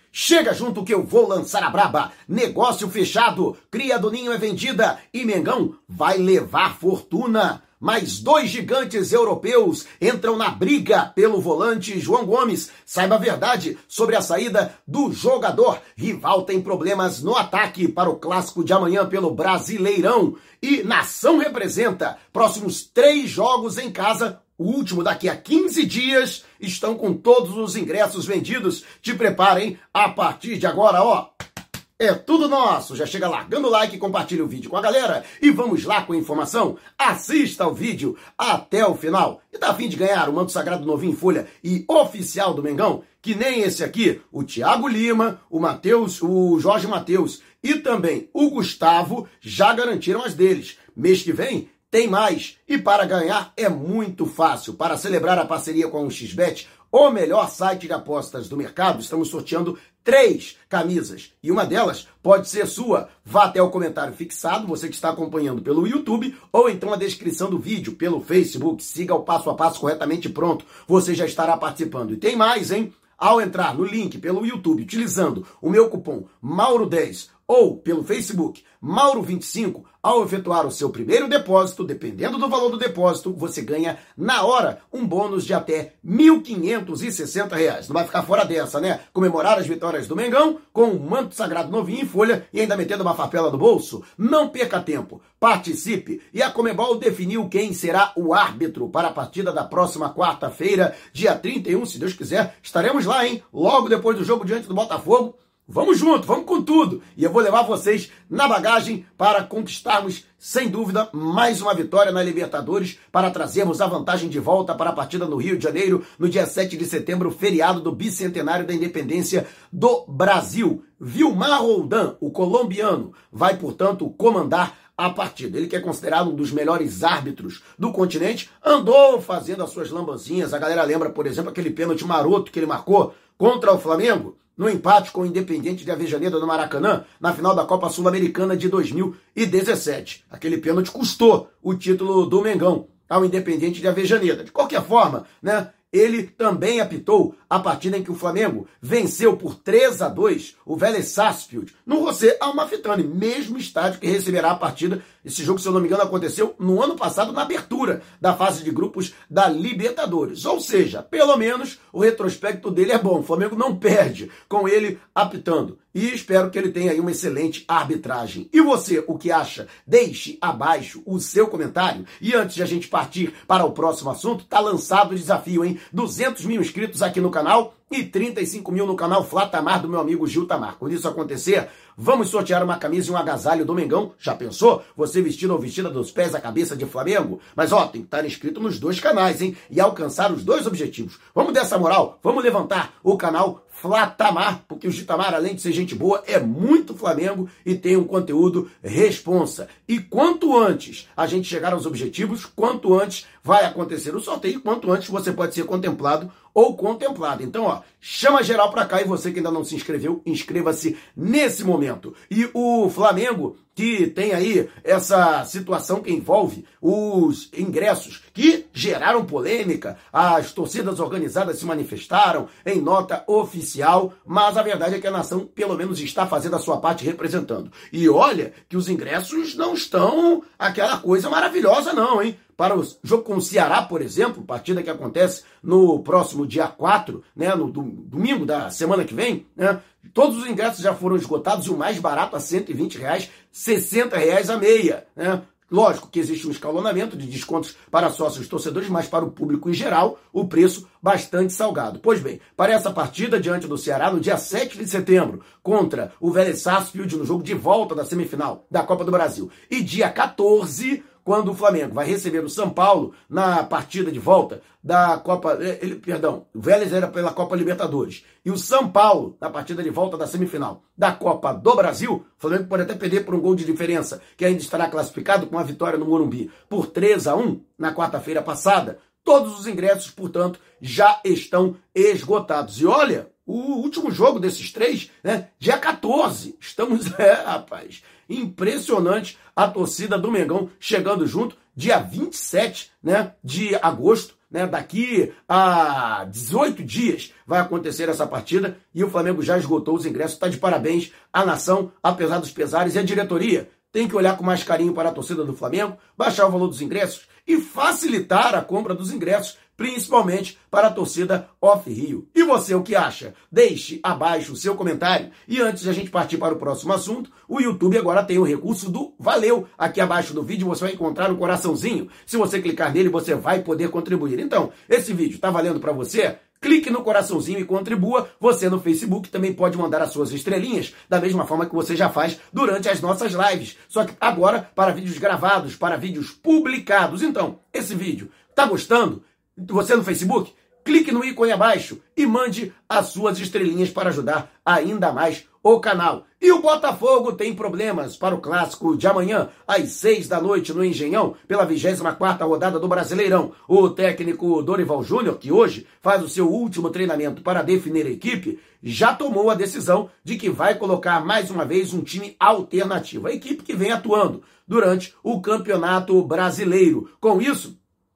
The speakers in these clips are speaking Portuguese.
Chega junto que eu vou lançar a braba. Negócio fechado, cria do ninho é vendida e Mengão vai levar fortuna. Mais 2 gigantes europeus entram na briga pelo volante João Gomes. Saiba a verdade sobre a saída do jogador. Rival tem problemas no ataque para o clássico de amanhã pelo Brasileirão. E Nação representa próximos 3 jogos em casa. O último daqui a 15 dias, estão com todos os ingressos vendidos. Te preparem a partir de agora, ó. É tudo nosso. Já chega largando o like, compartilha o vídeo com a galera e vamos lá com a informação. Assista ao vídeo até o final. E tá a fim de ganhar o manto sagrado novinho em folha e oficial do Mengão? Que nem esse aqui, o Thiago Lima, o Matheus, o Jorge Matheus e também o Gustavo já garantiram as deles. Mês que vem tem mais. E para ganhar é muito fácil. Para celebrar a parceria com o XBET, o melhor site de apostas do mercado, estamos sorteando 3 camisas. E uma delas pode ser sua. Vá até o comentário fixado, você que está acompanhando pelo YouTube, ou então a descrição do vídeo pelo Facebook. Siga o passo a passo corretamente pronto. Você já estará participando. E tem mais, hein? Ao entrar no link pelo YouTube, utilizando o meu cupom MAURO10 ou pelo Facebook Mauro25, ao efetuar o seu primeiro depósito, dependendo do valor do depósito, você ganha na hora um bônus de até R$ 1.560. Não vai ficar fora dessa, né? Comemorar as vitórias do Mengão com um manto sagrado novinho em folha e ainda metendo uma farpela no bolso? Não perca tempo, participe. E a Conmebol definiu quem será o árbitro para a partida da próxima quarta-feira, dia 31, se Deus quiser, estaremos lá, hein? Logo depois do jogo diante do Botafogo. Vamos junto, vamos com tudo. E eu vou levar vocês na bagagem para conquistarmos, sem dúvida, mais uma vitória na Libertadores, para trazermos a vantagem de volta para a partida no Rio de Janeiro, no dia 7 de setembro, feriado do bicentenário da independência do Brasil. Vilmar Roldan, o colombiano, vai, portanto, comandar a partida. Ele que é considerado um dos melhores árbitros do continente, andou fazendo as suas lambancinhas. A galera lembra, por exemplo, aquele pênalti maroto que ele marcou contra o Flamengo, no empate com o Independiente de Avejaneda no Maracanã, na final da Copa Sul-Americana de 2017. Aquele pênalti custou o título do Mengão ao Independiente de Avejaneda. De qualquer forma, né, ele também apitou a partida em que o Flamengo venceu por 3-2 o Vélez Sarsfield no José Amalfitani, mesmo estádio que receberá a partida. Esse jogo, se eu não me engano, aconteceu no ano passado, na abertura da fase de grupos da Libertadores. Ou seja, pelo menos o retrospecto dele é bom. O Flamengo não perde com ele apitando. E espero que ele tenha aí uma excelente arbitragem. E você, o que acha? Deixe abaixo o seu comentário. E antes de a gente partir para o próximo assunto, tá lançado o desafio, hein? 200 mil inscritos aqui no canal e 35 mil no canal Flatamar do meu amigo Gil Tamar. Quando isso acontecer, vamos sortear uma camisa e um agasalho do Mengão. Já pensou? Você vestido ou vestida dos pés à cabeça de Flamengo? Mas ó, tem que estar inscrito nos 2 canais, hein? E alcançar os 2 objetivos. Vamos dessa moral? Vamos levantar o canal Flatamar, porque o Gitamar, além de ser gente boa, é muito Flamengo e tem um conteúdo responsa. E quanto antes a gente chegar aos objetivos, quanto antes vai acontecer o sorteio, quanto antes você pode ser contemplado ou contemplado. Então, ó, chama geral pra cá e você que ainda não se inscreveu, inscreva-se nesse momento. E o Flamengo, que tem aí essa situação que envolve os ingressos que geraram polêmica, as torcidas organizadas se manifestaram em nota oficial, mas a verdade é que a nação pelo menos está fazendo a sua parte representando. E olha que os ingressos não estão aquela coisa maravilhosa não, hein? Para o jogo com o Ceará, por exemplo, partida que acontece no próximo dia 4, né, no domingo da semana que vem, né, todos os ingressos já foram esgotados e o mais barato a R$ 120, R$ 60 a meia, né? Lógico que existe um escalonamento de descontos para sócios torcedores, mas para o público em geral, o preço bastante salgado. Pois bem, para essa partida diante do Ceará, no dia 7 de setembro, contra o Vélez Sarsfield, no jogo de volta da semifinal da Copa do Brasil, e dia 14, quando o Flamengo vai receber o São Paulo na partida de volta da Copa... o Vélez era pela Copa Libertadores. E o São Paulo, na partida de volta da semifinal da Copa do Brasil, o Flamengo pode até perder por um gol de diferença, que ainda estará classificado com a vitória no Morumbi por 3-1 na quarta-feira passada. Todos os ingressos, portanto, já estão esgotados. E olha, o último jogo desses 3, né, dia 14. Estamos, rapaz, impressionante a torcida do Mengão chegando junto. Dia 27, né, de agosto, né? Daqui a 18 dias vai acontecer essa partida e o Flamengo já esgotou os ingressos. Está de parabéns à nação, apesar dos pesares, e a diretoria tem que olhar com mais carinho para a torcida do Flamengo, baixar o valor dos ingressos e facilitar a compra dos ingressos, principalmente para a torcida off-Rio. E você, o que acha? Deixe abaixo o seu comentário. E antes de a gente partir para o próximo assunto, o YouTube agora tem o recurso do Valeu. Aqui abaixo do vídeo você vai encontrar um coraçãozinho. Se você clicar nele, você vai poder contribuir. Então, esse vídeo está valendo para você? Clique no coraçãozinho e contribua. Você no Facebook também pode mandar as suas estrelinhas, da mesma forma que você já faz durante as nossas lives. Só que agora para vídeos gravados, para vídeos publicados. Então, esse vídeo, tá gostando? Você no Facebook? Clique no ícone abaixo e mande as suas estrelinhas para ajudar ainda mais o canal. E o Botafogo tem problemas para o clássico de amanhã, às 6 da noite, no Engenhão, pela 24ª rodada do Brasileirão. O técnico Dorival Júnior, que hoje faz o seu último treinamento para definir a equipe, já tomou a decisão de que vai colocar mais uma vez um time alternativo. A equipe que vem atuando durante o Campeonato Brasileiro. Com isso,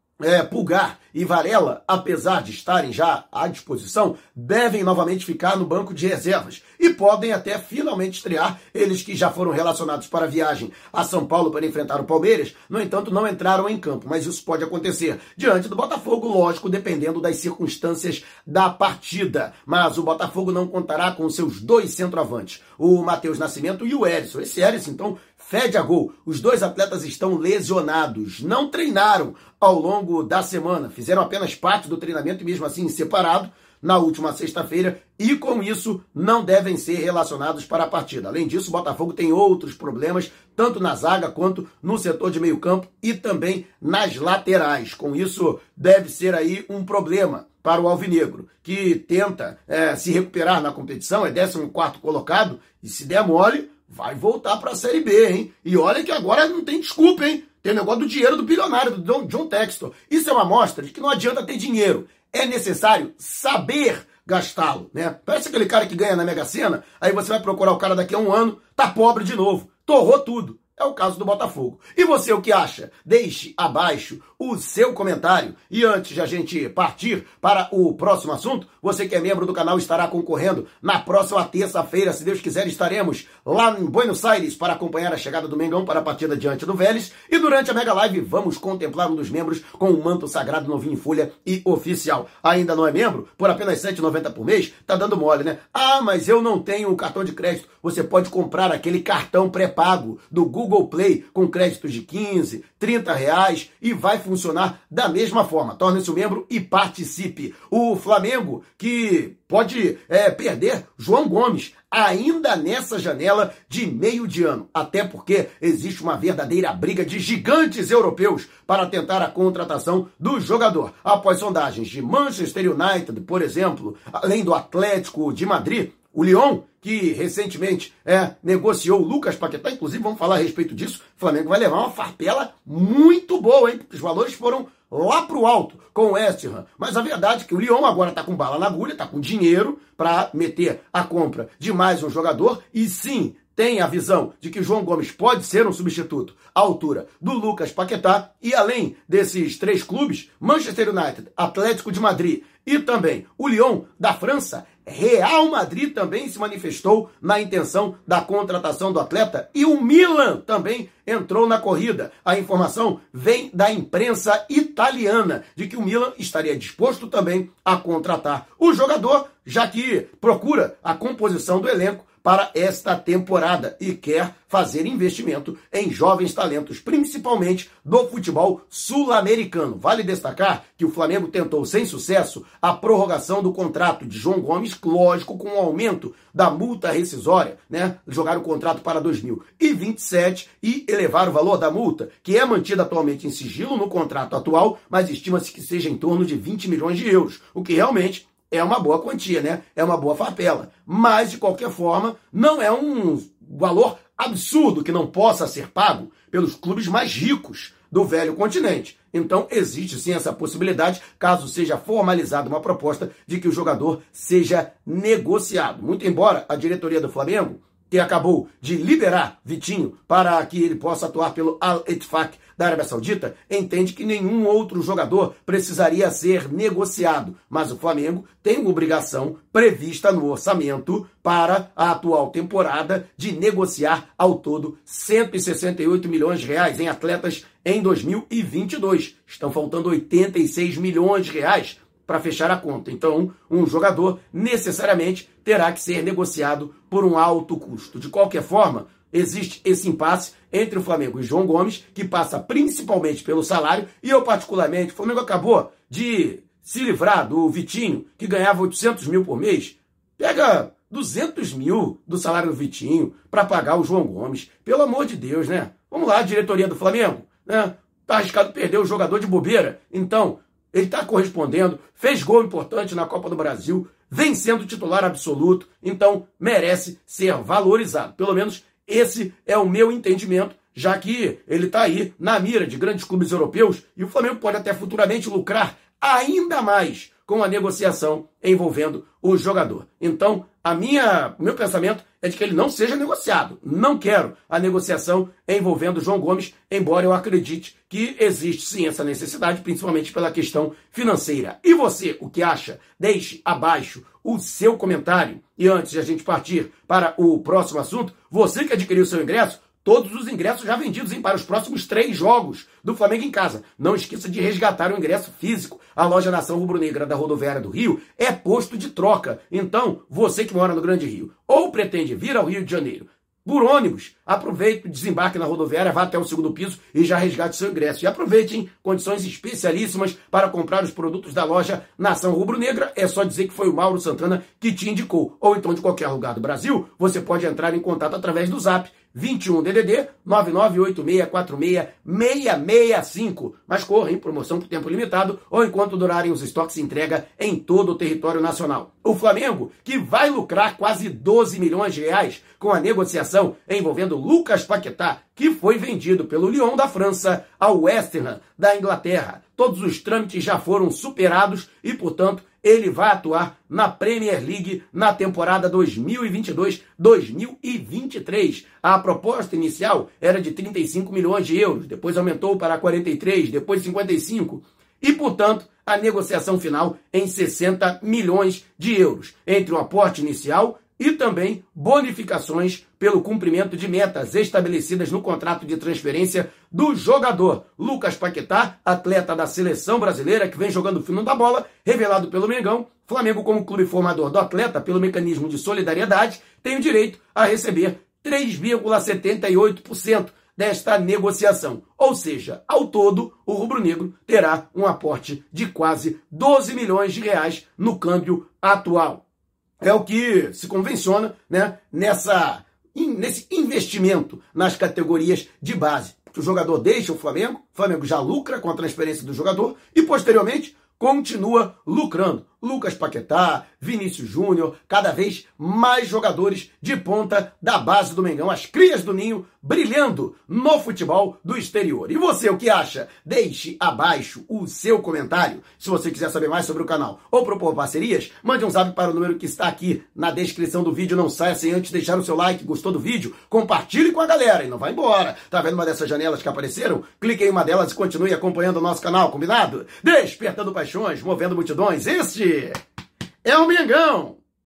Pulgar e Varela, apesar de estarem já à disposição, devem novamente ficar no banco de reservas e podem até finalmente estrear, eles que já foram relacionados para a viagem a São Paulo para enfrentar o Palmeiras, no entanto não entraram em campo, mas isso pode acontecer diante do Botafogo, lógico, dependendo das circunstâncias da partida. Mas o Botafogo não contará com seus dois centroavantes, o Matheus Nascimento e o Erisson. Esse Erisson, então, fede a gol. Os dois atletas estão lesionados, não treinaram ao longo da semana, fizeram apenas parte do treinamento e mesmo assim separado na última sexta-feira e com isso não devem ser relacionados para a partida. Além disso, o Botafogo tem outros problemas, tanto na zaga quanto no setor de meio campo e também nas laterais. Com isso, deve ser aí um problema para o Alvinegro, que tenta se recuperar na competição, é 14º colocado e se der mole, vai voltar para a Série B, hein? E olha que agora não tem desculpa, hein? Tem o negócio do dinheiro do bilionário, do John Textor. Isso é uma amostra de que não adianta ter dinheiro. É necessário saber gastá-lo, né? Parece aquele cara que ganha na Mega Sena, aí você vai procurar o cara daqui a um ano, tá pobre de novo, torrou tudo. É o caso do Botafogo. E você, o que acha? Deixe abaixo o seu comentário. E antes de a gente partir para o próximo assunto, você que é membro do canal estará concorrendo na próxima terça-feira. Se Deus quiser, estaremos lá em Buenos Aires para acompanhar a chegada do Mengão para a partida diante do Vélez. E durante a Mega Live, vamos contemplar um dos membros com um manto sagrado novinho em folha e oficial. Ainda não é membro? Por apenas R$ 7,90 por mês? Tá dando mole, né? Ah, mas eu não tenho um cartão de crédito. Você pode comprar aquele cartão pré-pago do Google Play com créditos de 15, 30 reais e vai funcionar da mesma forma. Torne-se um membro e participe. O Flamengo que pode perder João Gomes ainda nessa janela de meio de ano. Até porque existe uma verdadeira briga de gigantes europeus para tentar a contratação do jogador. Após sondagens de Manchester United, por exemplo, além do Atlético de Madrid, o Lyon, que recentemente negociou o Lucas Paquetá, inclusive vamos falar a respeito disso, o Flamengo vai levar uma farpela muito boa, hein? Porque os valores foram lá pro alto com o West Ham. Mas a verdade é que o Lyon agora está com bala na agulha, está com dinheiro para meter a compra de mais um jogador e sim, tem a visão de que João Gomes pode ser um substituto à altura do Lucas Paquetá e além desses três clubes, Manchester United, Atlético de Madrid e também o Lyon da França, Real Madrid também se manifestou na intenção da contratação do atleta e o Milan também entrou na corrida. A informação vem da imprensa italiana de que o Milan estaria disposto também a contratar o jogador, já que procura a composição do elenco para esta temporada e quer fazer investimento em jovens talentos, principalmente do futebol sul-americano. Vale destacar que o Flamengo tentou sem sucesso a prorrogação do contrato de João Gomes, lógico, com o aumento da multa rescisória, né? Jogar o contrato para 2027 e elevar o valor da multa, que é mantida atualmente em sigilo no contrato atual, mas estima-se que seja em torno de 20 milhões de euros, o que realmente é uma boa quantia, né? É uma boa farpela. Mas, de qualquer forma, não é um valor absurdo que não possa ser pago pelos clubes mais ricos do velho continente. Então, existe sim essa possibilidade, caso seja formalizada uma proposta de que o jogador seja negociado. Muito embora a diretoria do Flamengo que acabou de liberar Vitinho para que ele possa atuar pelo Al-Ettifaq da Arábia Saudita, entende que nenhum outro jogador precisaria ser negociado, mas o Flamengo tem uma obrigação prevista no orçamento para a atual temporada de negociar ao todo 168 milhões de reais em atletas em 2022. Estão faltando 86 milhões de reais para fechar a conta. Então, um jogador necessariamente terá que ser negociado por um alto custo. De qualquer forma, existe esse impasse entre o Flamengo e João Gomes, que passa principalmente pelo salário, e eu particularmente, o Flamengo acabou de se livrar do Vitinho, que ganhava 800 mil por mês, pega 200 mil do salário do Vitinho para pagar o João Gomes. Pelo amor de Deus, né? Vamos lá, diretoria do Flamengo, né? Tá arriscado perder o jogador de bobeira. Então, ele está correspondendo, fez gol importante na Copa do Brasil, vem sendo titular absoluto, então merece ser valorizado. Pelo menos esse é o meu entendimento, já que ele está aí na mira de grandes clubes europeus e o Flamengo pode até futuramente lucrar ainda mais com a negociação envolvendo o jogador. Então, o meu pensamento é de que ele não seja negociado. Não quero a negociação envolvendo o João Gomes, embora eu acredite que existe sim essa necessidade, principalmente pela questão financeira. E você, o que acha? Deixe abaixo o seu comentário. E antes de a gente partir para o próximo assunto, você que adquiriu seu ingresso, todos os ingressos já vendidos para os próximos 3 jogos do Flamengo em casa. Não esqueça de resgatar o ingresso físico. A loja Nação Rubro-Negra da Rodoviária do Rio é posto de troca. Então, você que mora no Grande Rio ou pretende vir ao Rio de Janeiro por ônibus, aproveite, desembarque na rodoviária, vá até o 2º piso e já resgate seu ingresso. E aproveite, hein, condições especialíssimas para comprar os produtos da loja Nação Rubro-Negra. É só dizer que foi o Mauro Santana que te indicou. Ou então de qualquer lugar do Brasil, você pode entrar em contato através do Zap 21 DDD 998646665. Mas corra em promoção por tempo limitado ou enquanto durarem os estoques de entrega em todo o território nacional. O Flamengo, que vai lucrar quase 12 milhões de reais com a negociação envolvendo Lucas Paquetá, que foi vendido pelo Lyon da França ao West Ham da Inglaterra. Todos os trâmites já foram superados e, portanto, ele vai atuar na Premier League na temporada 2022-2023. A proposta inicial era de 35 milhões de euros, depois aumentou para 43, depois 55. E, portanto, a negociação final em 60 milhões de euros, entre o aporte inicial e também bonificações pelo cumprimento de metas estabelecidas no contrato de transferência do jogador. Lucas Paquetá, atleta da seleção brasileira que vem jogando fino da bola, revelado pelo Mengão, Flamengo, como clube formador do atleta pelo mecanismo de solidariedade, tem o direito a receber 3,78% desta negociação. Ou seja, ao todo, o rubro-negro terá um aporte de quase 12 milhões de reais no câmbio atual. É o que se convenciona, né, nesse investimento nas categorias de base. O jogador deixa o Flamengo já lucra com a transferência do jogador e, posteriormente, continua lucrando. Lucas Paquetá, Vinícius Júnior, cada vez mais jogadores de ponta da base do Mengão, as crias do ninho brilhando no futebol do exterior. E você, o que acha? Deixe abaixo o seu comentário. Se você quiser saber mais sobre o canal ou propor parcerias, mande um zap para o número que está aqui na descrição do vídeo. Não saia sem antes deixar o seu like. Gostou do vídeo? Compartilhe com a galera e não vai embora. Tá vendo uma dessas janelas que apareceram? Clique em uma delas e continue acompanhando o nosso canal, combinado? Despertando paixões, movendo multidões. Este é o Mengão!